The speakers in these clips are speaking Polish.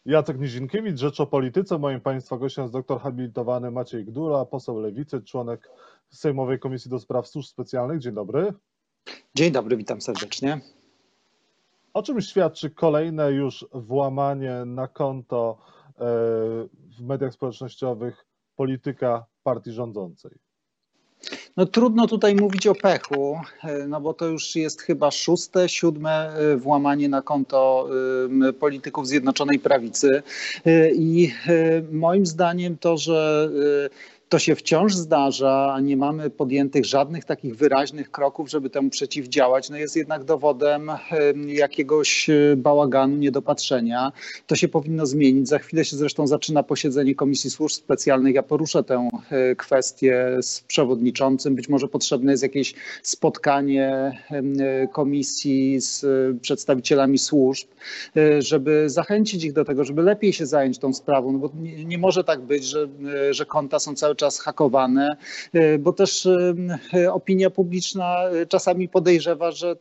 Jacek Nizinkiewicz, Rzecz o Polityce. Moim Państwa gościem jest doktor habilitowany Maciej Gdula, poseł Lewicy, członek Sejmowej Komisji do Spraw Służb Specjalnych. Dzień dobry. Dzień dobry, witam serdecznie. O czym świadczy kolejne już włamanie na konto w mediach społecznościowych polityka partii rządzącej? No trudno tutaj mówić o pechu, no bo to już jest chyba 6., 7. włamanie na konto polityków Zjednoczonej Prawicy i moim zdaniem to, że to się wciąż zdarza, a nie mamy podjętych żadnych takich wyraźnych kroków, żeby temu przeciwdziałać, no jest jednak dowodem jakiegoś bałaganu, niedopatrzenia. To się powinno zmienić. Za chwilę się zresztą zaczyna posiedzenie Komisji Służb Specjalnych. Ja poruszę tę kwestię z przewodniczącym. Być może potrzebne jest jakieś spotkanie komisji z przedstawicielami służb, żeby zachęcić ich do tego, żeby lepiej się zająć tą sprawą, no bo nie może tak być, że konta są cały czas hakowane, bo też opinia publiczna czasami podejrzewa, że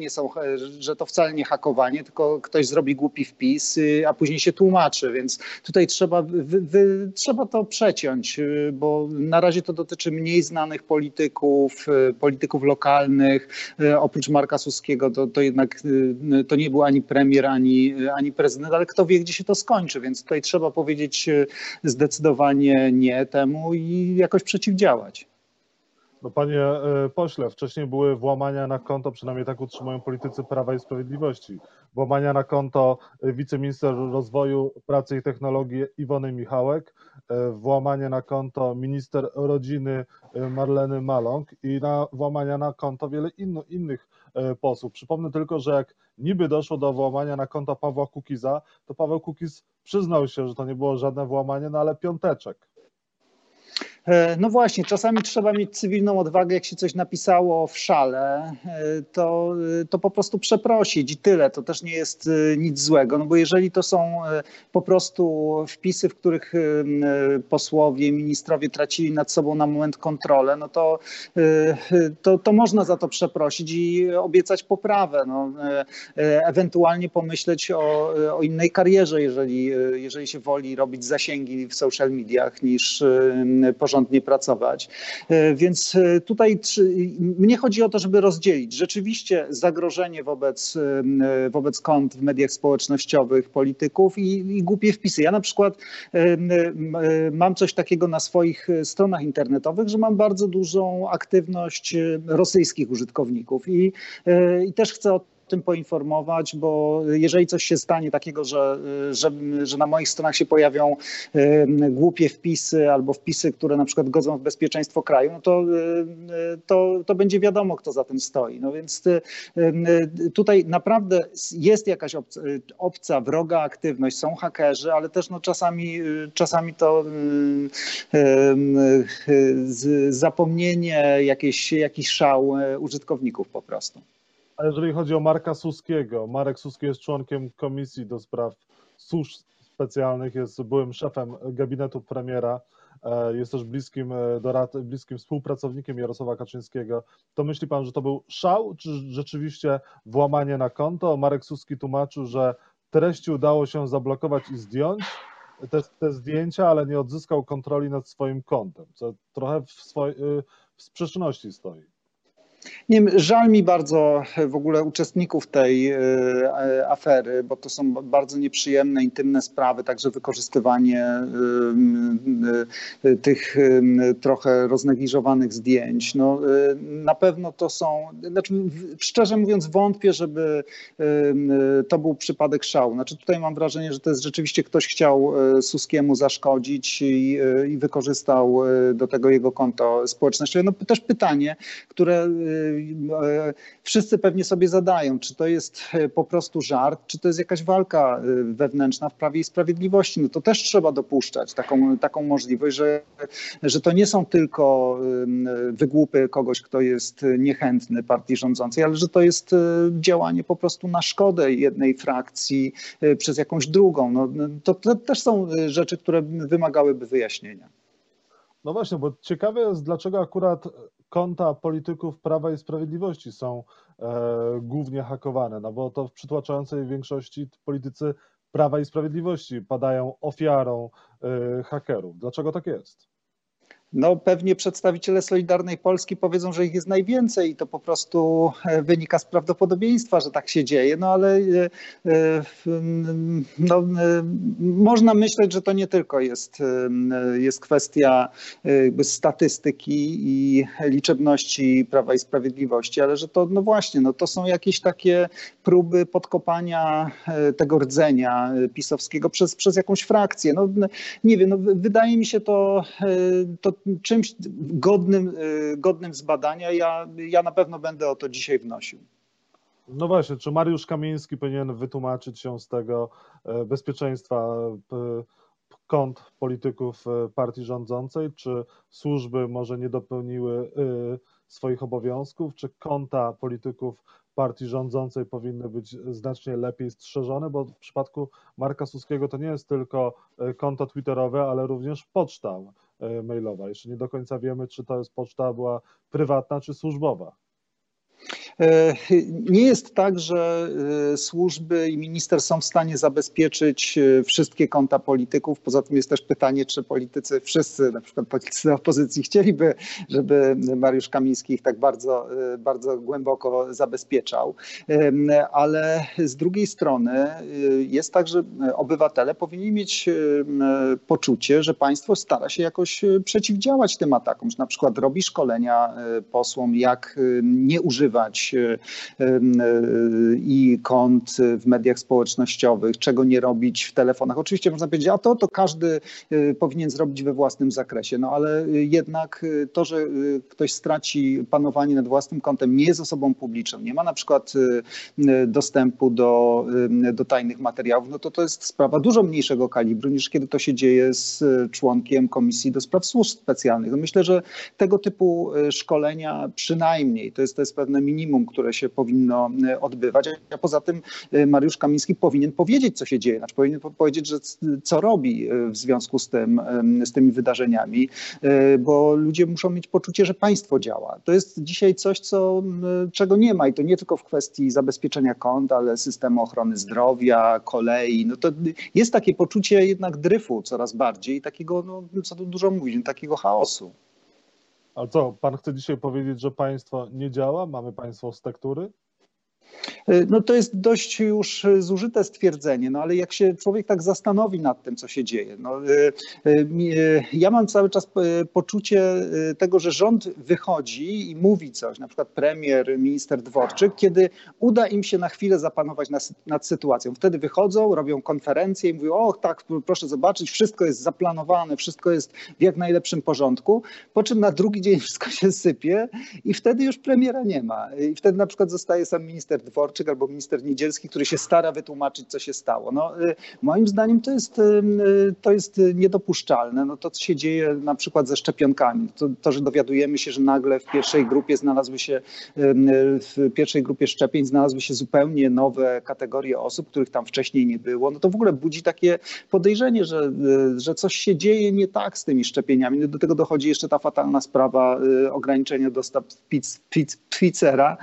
to wcale nie hakowanie, tylko ktoś zrobi głupi wpis, a później się tłumaczy, więc tutaj trzeba to przeciąć, bo na razie to dotyczy mniej znanych polityków lokalnych. Oprócz Marka Suskiego to jednak to nie był ani premier, ani prezydent, ale kto wie, gdzie się to skończy, więc tutaj trzeba powiedzieć zdecydowanie nie temu i jakoś przeciwdziałać. No panie pośle, wcześniej były włamania na konto, przynajmniej tak utrzymują politycy Prawa i Sprawiedliwości, włamania na konto wiceminister rozwoju, pracy i technologii Iwony Michałek, włamanie na konto minister rodziny Marleny Maląg i włamania na konto wiele innych posłów. Przypomnę tylko, że jak niby doszło do włamania na konto Pawła Kukiza, to Paweł Kukiz przyznał się, że to nie było żadne włamanie, no ale piąteczek. No właśnie, czasami trzeba mieć cywilną odwagę, jak się coś napisało w szale, to po prostu przeprosić i tyle. To też nie jest nic złego, no bo jeżeli to są po prostu wpisy, w których posłowie, ministrowie tracili nad sobą na moment kontrolę, no to można za to przeprosić i obiecać poprawę. No, ewentualnie pomyśleć o innej karierze, jeżeli się woli robić zasięgi w social mediach niż porządnie pracować. Więc tutaj mnie chodzi o to, żeby rozdzielić rzeczywiście zagrożenie wobec kont w mediach społecznościowych polityków i głupie wpisy. Ja na przykład mam coś takiego na swoich stronach internetowych, że mam bardzo dużą aktywność rosyjskich użytkowników i też chcę o tym poinformować, bo jeżeli coś się stanie takiego, że na moich stronach się pojawią głupie wpisy albo wpisy, które na przykład godzą w bezpieczeństwo kraju, no to będzie wiadomo, kto za tym stoi. No więc tutaj naprawdę jest jakaś obca, wroga aktywność, są hakerzy, ale też no czasami to zapomnienie, jakiś szał użytkowników po prostu. A jeżeli chodzi o Marka Suskiego, Marek Suski jest członkiem Komisji do Spraw Służb Specjalnych, jest byłym szefem gabinetu premiera, jest też bliskim współpracownikiem Jarosława Kaczyńskiego. To myśli pan, że to był szał, czy rzeczywiście włamanie na konto? Marek Suski tłumaczył, że treści udało się zablokować i zdjąć te zdjęcia, ale nie odzyskał kontroli nad swoim kontem, co trochę w sprzeczności stoi. Nie wiem, żal mi bardzo w ogóle uczestników tej afery, bo to są bardzo nieprzyjemne, intymne sprawy, także wykorzystywanie tych trochę roznegliżowanych zdjęć. No, na pewno to są, znaczy, szczerze mówiąc, wątpię, żeby to był przypadek szału. Znaczy, tutaj mam wrażenie, że to jest rzeczywiście ktoś chciał Suskiemu zaszkodzić i wykorzystał do tego jego konto społecznościowe. No też pytanie, które wszyscy pewnie sobie zadają, czy to jest po prostu żart, czy to jest jakaś walka wewnętrzna w Prawie i Sprawiedliwości. No to też trzeba dopuszczać taką możliwość, że to nie są tylko wygłupy kogoś, kto jest niechętny partii rządzącej, ale że to jest działanie po prostu na szkodę jednej frakcji przez jakąś drugą. No, to też są rzeczy, które wymagałyby wyjaśnienia. No właśnie, bo ciekawe jest, dlaczego akurat konta polityków Prawa i Sprawiedliwości są głównie hakowane, no bo to w przytłaczającej większości politycy Prawa i Sprawiedliwości padają ofiarą hakerów. Dlaczego tak jest? No pewnie przedstawiciele Solidarnej Polski powiedzą, że ich jest najwięcej i to po prostu wynika z prawdopodobieństwa, że tak się dzieje, no ale no, można myśleć, że to nie tylko jest kwestia jakby statystyki i liczebności Prawa i Sprawiedliwości, ale że to no właśnie, no to są jakieś takie próby podkopania tego rdzenia pisowskiego przez jakąś frakcję. No nie wiem, no, wydaje mi się to czymś godnym zbadania. Ja na pewno będę o to dzisiaj wnosił. No właśnie, czy Mariusz Kamiński powinien wytłumaczyć się z tego bezpieczeństwa kont polityków partii rządzącej? Czy służby może nie dopełniły swoich obowiązków? Czy konta polityków partii rządzącej powinny być znacznie lepiej strzeżone? Bo w przypadku Marka Suskiego to nie jest tylko konto twitterowe, ale również poczta mailowa. Jeszcze nie do końca wiemy, czy to jest poczta była prywatna, czy służbowa. Nie jest tak, że służby i minister są w stanie zabezpieczyć wszystkie konta polityków. Poza tym jest też pytanie, czy politycy, wszyscy, na przykład politycy opozycji, chcieliby, żeby Mariusz Kamiński ich tak bardzo, bardzo głęboko zabezpieczał. Ale z drugiej strony jest tak, że obywatele powinni mieć poczucie, że państwo stara się jakoś przeciwdziałać tym atakom, że na przykład robi szkolenia posłom, jak nie używać i kont w mediach społecznościowych, czego nie robić w telefonach. Oczywiście można powiedzieć, a to każdy powinien zrobić we własnym zakresie, no ale jednak to, że ktoś straci panowanie nad własnym kontem, nie jest osobą publiczną, nie ma na przykład dostępu do tajnych materiałów, no to jest sprawa dużo mniejszego kalibru niż kiedy to się dzieje z członkiem Komisji do Spraw Służb Specjalnych. No myślę, że tego typu szkolenia przynajmniej, to jest pewne minimum, które się powinno odbywać, a poza tym Mariusz Kamiński powinien powiedzieć, co się dzieje, znaczy powinien powiedzieć, że co robi w związku z tymi wydarzeniami, bo ludzie muszą mieć poczucie, że państwo działa. To jest dzisiaj coś, czego nie ma i to nie tylko w kwestii zabezpieczenia kont, ale systemu ochrony zdrowia, kolei. No to jest takie poczucie jednak dryfu coraz bardziej, takiego, no, co tu dużo mówić, takiego chaosu. A co, pan chce dzisiaj powiedzieć, że państwo nie działa? Mamy państwo z tektury? No to jest dość już zużyte stwierdzenie, no ale jak się człowiek tak zastanowi nad tym, co się dzieje, no, ja mam cały czas poczucie tego, że rząd wychodzi i mówi coś, na przykład premier, minister Dworczyk, kiedy uda im się na chwilę zapanować nad sytuacją. Wtedy wychodzą, robią konferencję i mówią, o tak, proszę zobaczyć, wszystko jest zaplanowane, wszystko jest w jak najlepszym porządku, po czym na drugi dzień wszystko się sypie i wtedy już premiera nie ma. I wtedy na przykład zostaje sam minister Dworczyk albo minister Niedzielski, który się stara wytłumaczyć, co się stało. No, moim zdaniem to jest niedopuszczalne. No, to, co się dzieje na przykład ze szczepionkami. To, że dowiadujemy się, że nagle w pierwszej grupie szczepień znalazły się zupełnie nowe kategorie osób, których tam wcześniej nie było, no to w ogóle budzi takie podejrzenie, że coś się dzieje nie tak z tymi szczepieniami. No, do tego dochodzi jeszcze ta fatalna sprawa ograniczenia dostaw Pfizera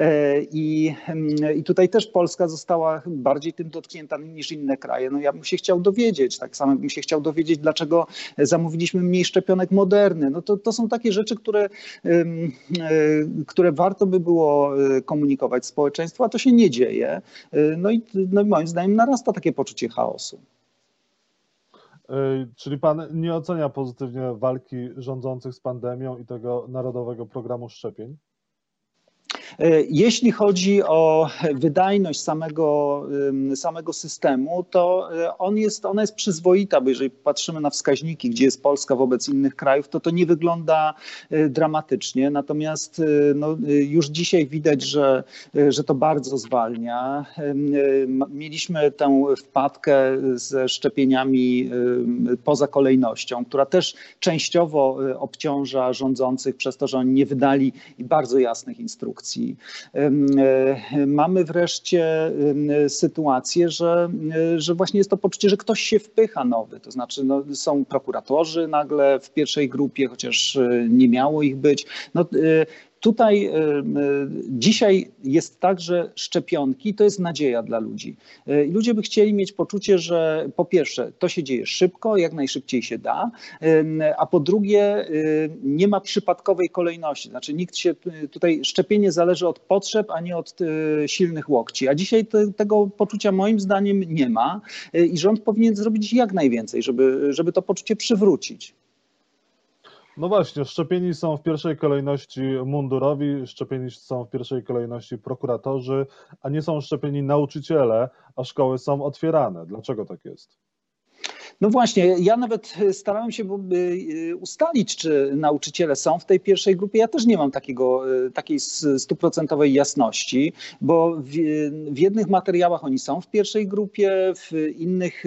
i tutaj też Polska została bardziej tym dotknięta niż inne kraje. No ja bym się chciał dowiedzieć, tak samo bym się chciał dowiedzieć, dlaczego zamówiliśmy mniej szczepionek Moderny. No to są takie rzeczy, które warto by było komunikować społeczeństwu, a to się nie dzieje. No i moim zdaniem narasta takie poczucie chaosu. Czyli pan nie ocenia pozytywnie walki rządzących z pandemią i tego narodowego programu szczepień? Jeśli chodzi o wydajność samego systemu, to ona jest przyzwoita, bo jeżeli patrzymy na wskaźniki, gdzie jest Polska wobec innych krajów, to nie wygląda dramatycznie. Natomiast no, już dzisiaj widać, że to bardzo zwalnia. Mieliśmy tę wpadkę ze szczepieniami poza kolejnością, która też częściowo obciąża rządzących przez to, że oni nie wydali bardzo jasnych instrukcji. Mamy wreszcie sytuację, że właśnie jest to poczucie, że ktoś się wpycha nowy. To znaczy no, są prokuratorzy nagle w pierwszej grupie, chociaż nie miało ich być. No, tutaj dzisiaj jest tak, że szczepionki to jest nadzieja dla ludzi. I ludzie by chcieli mieć poczucie, że po pierwsze to się dzieje szybko, jak najszybciej się da, a po drugie nie ma przypadkowej kolejności. Znaczy nikt się tutaj, szczepienie zależy od potrzeb, a nie od silnych łokci. A dzisiaj tego poczucia moim zdaniem nie ma i rząd powinien zrobić jak najwięcej, żeby to poczucie przywrócić. No właśnie, szczepieni są w pierwszej kolejności mundurowi, szczepieni są w pierwszej kolejności prokuratorzy, a nie są szczepieni nauczyciele, a szkoły są otwierane. Dlaczego tak jest? No właśnie, ja nawet starałem się ustalić, czy nauczyciele są w tej pierwszej grupie. Ja też nie mam takiej stuprocentowej jasności, bo w jednych materiałach oni są w pierwszej grupie, w innych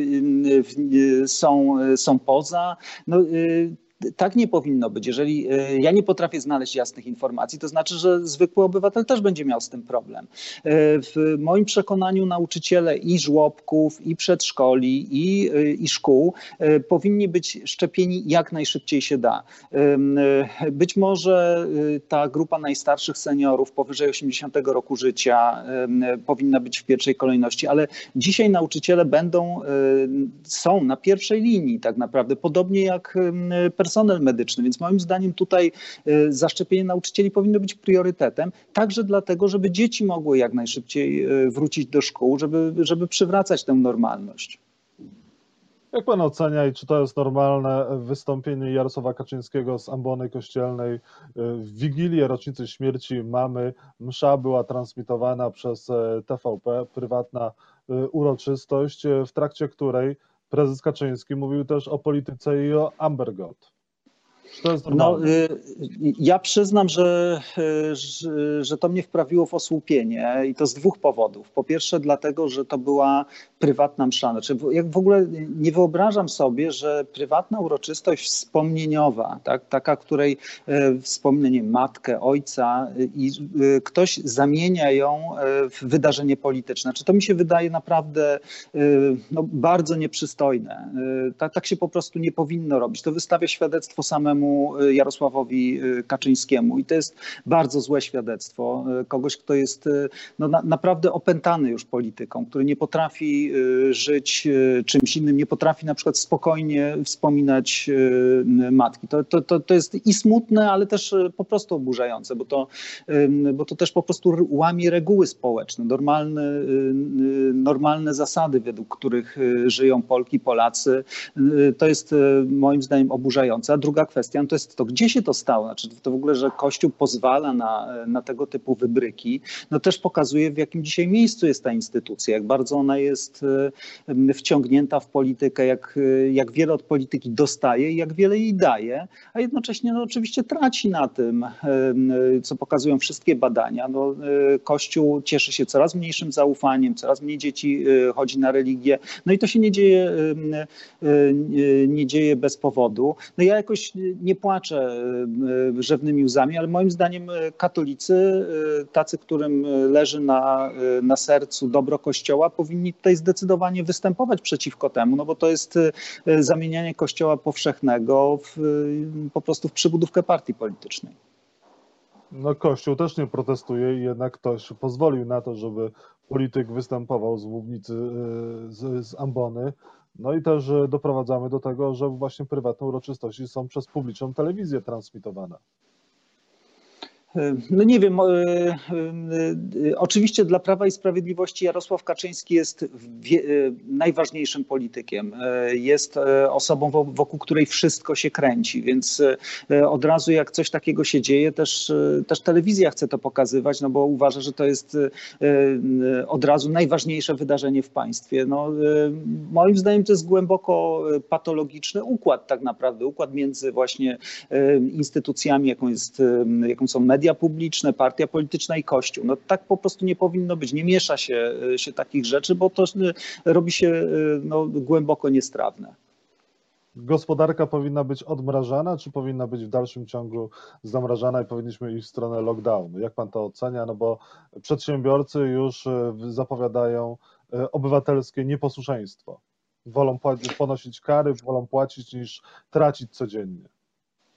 są poza. No, tak nie powinno być. Jeżeli ja nie potrafię znaleźć jasnych informacji, to znaczy, że zwykły obywatel też będzie miał z tym problem. W moim przekonaniu nauczyciele i żłobków, i przedszkoli, i szkół powinni być szczepieni jak najszybciej się da. Być może ta grupa najstarszych seniorów powyżej 80 roku życia powinna być w pierwszej kolejności, ale dzisiaj nauczyciele są na pierwszej linii tak naprawdę, podobnie jak personel medyczny, więc moim zdaniem tutaj zaszczepienie nauczycieli powinno być priorytetem, także dlatego, żeby dzieci mogły jak najszybciej wrócić do szkół, żeby przywracać tę normalność. Jak pan ocenia i czy to jest normalne wystąpienie Jarosława Kaczyńskiego z ambony kościelnej w Wigilię rocznicy śmierci mamy? Msza była transmitowana przez TVP, prywatna uroczystość, w trakcie której prezes Kaczyński mówił też o polityce i o Amber Gold. Czy to jest normalne? No, ja przyznam, że to mnie wprawiło w osłupienie i to z dwóch powodów. Po pierwsze dlatego, że to była prywatna msza. Znaczy, jak w ogóle nie wyobrażam sobie, że prywatna uroczystość wspomnieniowa, tak, taka, której wspomnę matkę, ojca i ktoś zamienia ją w wydarzenie polityczne. Znaczy, to mi się wydaje naprawdę bardzo nieprzystojne. Tak się po prostu nie powinno robić. To wystawia świadectwo samemu Jarosławowi Kaczyńskiemu i to jest bardzo złe świadectwo kogoś, kto jest naprawdę opętany już polityką, który nie potrafi żyć czymś innym, nie potrafi na przykład spokojnie wspominać matki. To jest i smutne, ale też po prostu oburzające, bo to też po prostu łamie reguły społeczne, normalne zasady, według których żyją Polki, Polacy. To jest moim zdaniem oburzające. A druga kwestia to jest to, gdzie się to stało. Znaczy, to w ogóle, że Kościół pozwala na tego typu wybryki, no też pokazuje, w jakim dzisiaj miejscu jest ta instytucja, jak bardzo ona jest wciągnięta w politykę, jak wiele od polityki dostaje i jak wiele jej daje, a jednocześnie oczywiście traci na tym, co pokazują wszystkie badania. Kościół cieszy się coraz mniejszym zaufaniem, coraz mniej dzieci chodzi na religię, no i to się nie dzieje bez powodu. No ja jakoś nie płaczę rzewnymi łzami, ale moim zdaniem katolicy, tacy, którym leży na sercu dobro Kościoła, powinni tutaj zdecydowanie występować przeciwko temu, no bo to jest zamienianie Kościoła powszechnego po prostu w przybudówkę partii politycznej. No Kościół też nie protestuje i jednak ktoś pozwolił na to, żeby polityk występował z mównicy, z ambony. No i też doprowadzamy do tego, że właśnie prywatne uroczystości są przez publiczną telewizję transmitowane. No nie wiem, oczywiście dla Prawa i Sprawiedliwości Jarosław Kaczyński jest najważniejszym politykiem. Jest osobą, wokół której wszystko się kręci, więc od razu jak coś takiego się dzieje, też telewizja chce to pokazywać, no bo uważa, że to jest od razu najważniejsze wydarzenie w państwie. No, moim zdaniem to jest głęboko patologiczny układ tak naprawdę, układ między właśnie instytucjami, jaką są media publiczne, partia polityczna i Kościół. No tak po prostu nie powinno być. Nie miesza się takich rzeczy, bo to robi się głęboko niestrawne. Gospodarka powinna być odmrażana, czy powinna być w dalszym ciągu zamrażana i powinniśmy iść w stronę lockdownu? Jak pan to ocenia? No bo przedsiębiorcy już zapowiadają obywatelskie nieposłuszeństwo. Wolą ponosić kary, wolą płacić niż tracić codziennie.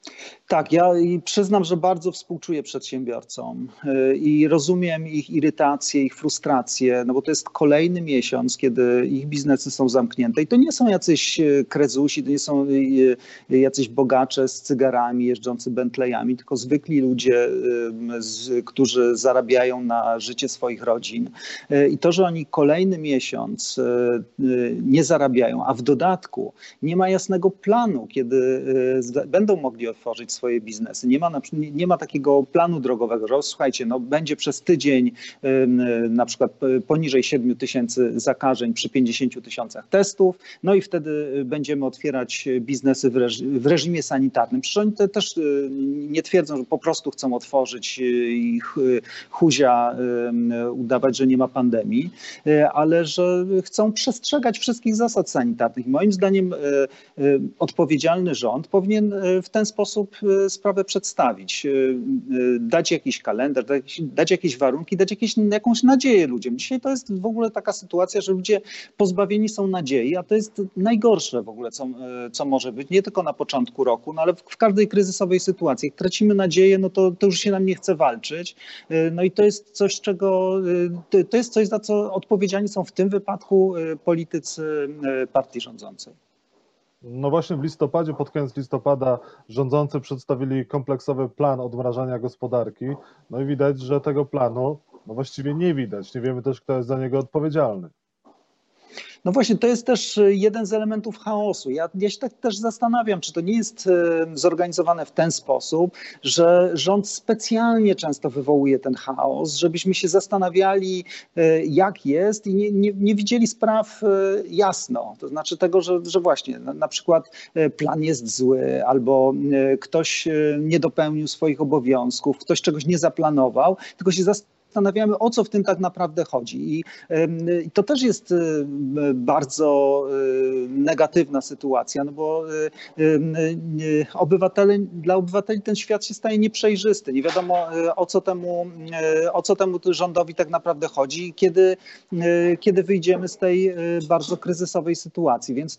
Tak, ja przyznam, że bardzo współczuję przedsiębiorcom i rozumiem ich irytację, ich frustrację, no bo to jest kolejny miesiąc, kiedy ich biznesy są zamknięte i to nie są jacyś krezusi, to nie są jacyś bogacze z cygarami jeżdżący Bentleyami, tylko zwykli ludzie, którzy zarabiają na życie swoich rodzin. I to, że oni kolejny miesiąc nie zarabiają, a w dodatku nie ma jasnego planu, kiedy będą mogli otworzyć swoje biznesy. Nie ma takiego planu drogowego, że słuchajcie, no będzie przez tydzień na przykład poniżej 7 tysięcy zakażeń przy 50 tysiącach testów, no i wtedy będziemy otwierać biznesy w reżimie sanitarnym. Przecież oni też nie twierdzą, że po prostu chcą otworzyć i huzia udawać, że nie ma pandemii, ale że chcą przestrzegać wszystkich zasad sanitarnych. Moim zdaniem odpowiedzialny rząd powinien w ten sposób sprawę przedstawić, dać jakiś kalendarz, dać jakieś warunki, dać jakąś nadzieję ludziom. Dzisiaj to jest w ogóle taka sytuacja, że ludzie pozbawieni są nadziei, a to jest najgorsze w ogóle, co może być, nie tylko na początku roku, no ale w każdej kryzysowej sytuacji. Jak tracimy nadzieję, no to już się nam nie chce walczyć. No i to jest coś, to jest coś, za co odpowiedzialni są w tym wypadku politycy partii rządzącej. No właśnie w listopadzie, pod koniec listopada rządzący przedstawili kompleksowy plan odmrażania gospodarki. No i widać, że tego planu no właściwie nie widać. Nie wiemy też, kto jest za niego odpowiedzialny. No właśnie, to jest też jeden z elementów chaosu. Ja się tak też zastanawiam, czy to nie jest zorganizowane w ten sposób, że rząd specjalnie często wywołuje ten chaos, żebyśmy się zastanawiali, jak jest i nie widzieli spraw jasno. To znaczy tego, że właśnie na przykład plan jest zły albo ktoś nie dopełnił swoich obowiązków, ktoś czegoś nie zaplanował, tylko się zastanawiamy, o co w tym tak naprawdę chodzi. I to też jest bardzo negatywna sytuacja, no bo dla obywateli ten świat się staje nieprzejrzysty. Nie wiadomo, o co temu rządowi tak naprawdę chodzi, kiedy wyjdziemy z tej bardzo kryzysowej sytuacji. Więc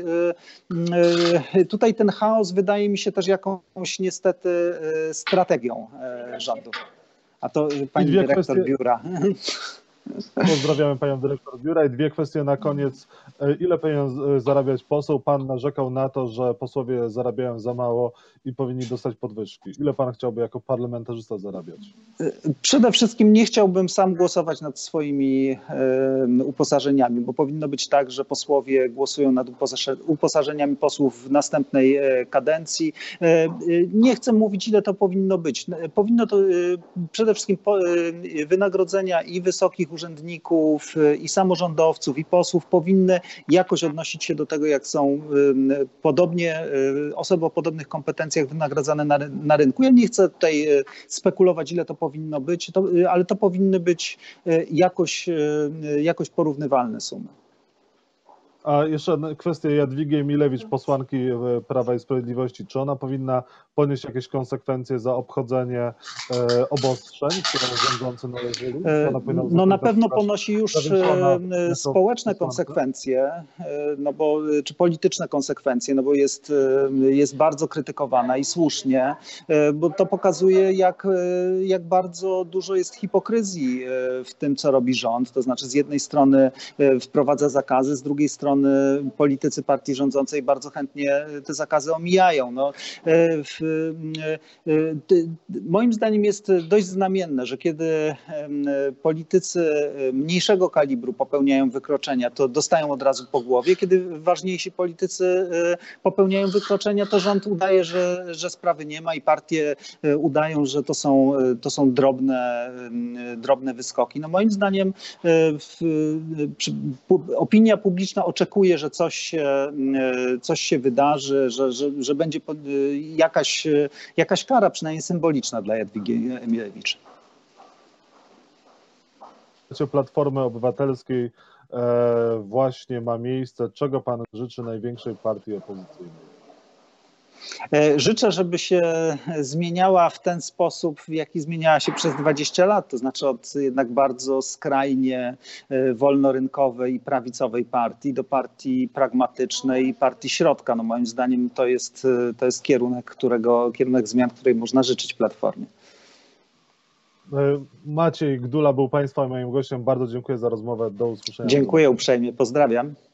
tutaj ten chaos wydaje mi się też jakąś niestety strategią rządu. A to pani dyrektor biura. Pozdrawiamy panią dyrektor biura i dwie kwestie na koniec. Ile powinien zarabiać poseł? Pan narzekał na to, że posłowie zarabiają za mało i powinni dostać podwyżki. Ile pan chciałby jako parlamentarzysta zarabiać? Przede wszystkim nie chciałbym sam głosować nad swoimi uposażeniami, bo powinno być tak, że posłowie głosują nad uposażeniami posłów w następnej kadencji. Nie chcę mówić, ile to powinno być. Powinno to przede wszystkim wynagrodzenia i wysokich urzędników, i samorządowców, i posłów powinny jakoś odnosić się do tego, jak są osoby o podobnych kompetencjach wynagradzane na rynku. Ja nie chcę tutaj spekulować, ile to powinno być, ale to powinny być jakoś porównywalne sumy. A jeszcze kwestia Jadwigi Emilewicz, posłanki Prawa i Sprawiedliwości. Czy ona powinna ponieść jakieś konsekwencje za obchodzenie obostrzeń, które rządzący nałożyli? No na pewno ponosi już społeczne konsekwencje, czy polityczne konsekwencje, no bo jest bardzo krytykowana i słusznie, bo to pokazuje, jak bardzo dużo jest hipokryzji w tym, co robi rząd. To znaczy z jednej strony wprowadza zakazy, z drugiej strony politycy partii rządzącej bardzo chętnie te zakazy omijają. No, moim zdaniem jest dość znamienne, że kiedy politycy mniejszego kalibru popełniają wykroczenia, to dostają od razu po głowie. Kiedy ważniejsi politycy popełniają wykroczenia, to rząd udaje, że sprawy nie ma i partie udają, że to są drobne wyskoki. No moim zdaniem opinia publiczna oczekuje, że coś się wydarzy, że będzie jakaś kara, przynajmniej symboliczna dla Jadwigi Emilewicz. Platformy Obywatelskiej właśnie ma miejsce. Czego pan życzy największej partii opozycyjnej? Życzę, żeby się zmieniała w ten sposób, w jaki zmieniała się przez 20 lat, to znaczy od jednak bardzo skrajnie wolnorynkowej i prawicowej partii do partii pragmatycznej i partii środka. No moim zdaniem to jest kierunek zmian, której można życzyć Platformie. Maciej Gdula był Państwa i moim gościem. Bardzo dziękuję za rozmowę. Do usłyszenia. Dziękuję uprzejmie. Pozdrawiam.